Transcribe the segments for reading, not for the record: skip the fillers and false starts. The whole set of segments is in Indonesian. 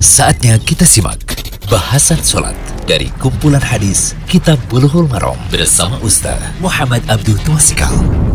Saatnya kita simak bahasan sholat dari kumpulan hadis Kitab Bulughul Maram bersama Ustaz Muhammad Abdul Twasikal.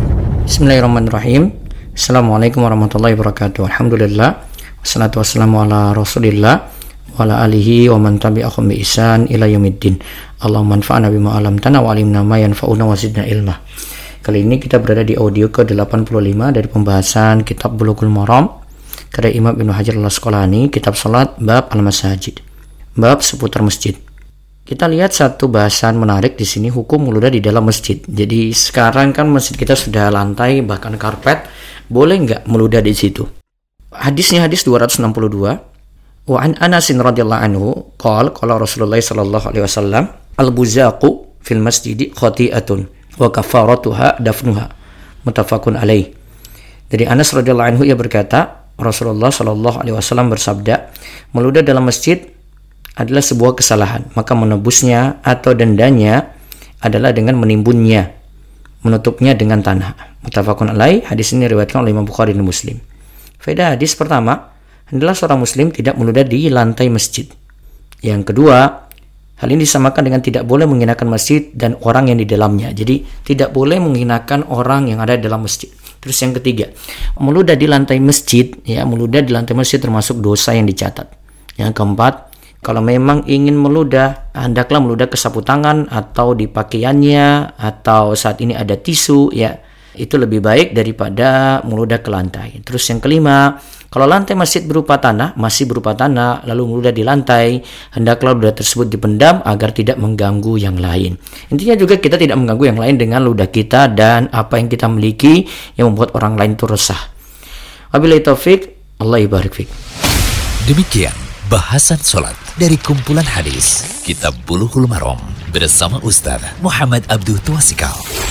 Bismillahirrahmanirrahim. Assalamualaikum warahmatullahi wabarakatuh. Alhamdulillah, wassalatu wassalamu ala rasulillah wa ala alihi wa man tabi'ahum bi ihsan ila yaumiddin. Allahumma anfa'na bima 'allamtana wa 'allimna ma yanfa'una wa zidna ilma. Kali ini kita berada di audio ke-85 dari pembahasan Kitab Bulughul Maram karya Imam Ibnu Hajar al-Asqalani, kitab salat bab al-masajid, bab seputar masjid. Kita lihat satu bahasan menarik di sini, hukum meludah di dalam masjid. Jadi sekarang kan masjid kita sudah lantai bahkan karpet, boleh nggak meludah di situ? Hadisnya hadis 262. Wa an Anas radhiyallahu anhu qala Rasulullah sallallahu alaihi wasallam al-buzaqu fil masjidi khati'atun wa kafaratuha dafnuha, muttafaqun alaih. Dari Anas radhiyallahu anhu ia berkata, Rasulullah sallallahu alaihi wasallam bersabda, meludah dalam masjid adalah sebuah kesalahan, maka menebusnya atau dendanya adalah dengan menimbunnya, menutupnya dengan tanah. Muttafaqun alaih. Hadis ini diriwayatkan oleh Imam Bukhari dan Muslim. Faedah hadis pertama adalah seorang muslim tidak meludah di lantai masjid. Yang kedua, hal ini disamakan dengan tidak boleh menghinakan masjid dan orang yang di dalamnya. Jadi tidak boleh menghinakan orang yang ada di dalam masjid. Terus yang ketiga, meludah di lantai masjid, meludah di lantai masjid termasuk dosa yang dicatat. Yang keempat, kalau memang ingin meludah, hendaklah meludah ke sapu tangan atau di pakaiannya, atau saat ini ada tisu, itu lebih baik daripada meludah ke lantai. Terus yang kelima, kalau lantai masjid masih berupa tanah, lalu meludah di lantai, hendaklah ludah tersebut dipendam agar tidak mengganggu yang lain. Intinya juga kita tidak mengganggu yang lain dengan ludah kita dan apa yang kita miliki yang membuat orang lain itu resah. Wabillahi taufik, Allah ibarik fik. Demikian bahasan sholat dari kumpulan hadis Kitab Bulughul Maram bersama Ustaz Muhammad Abdul Twasikal.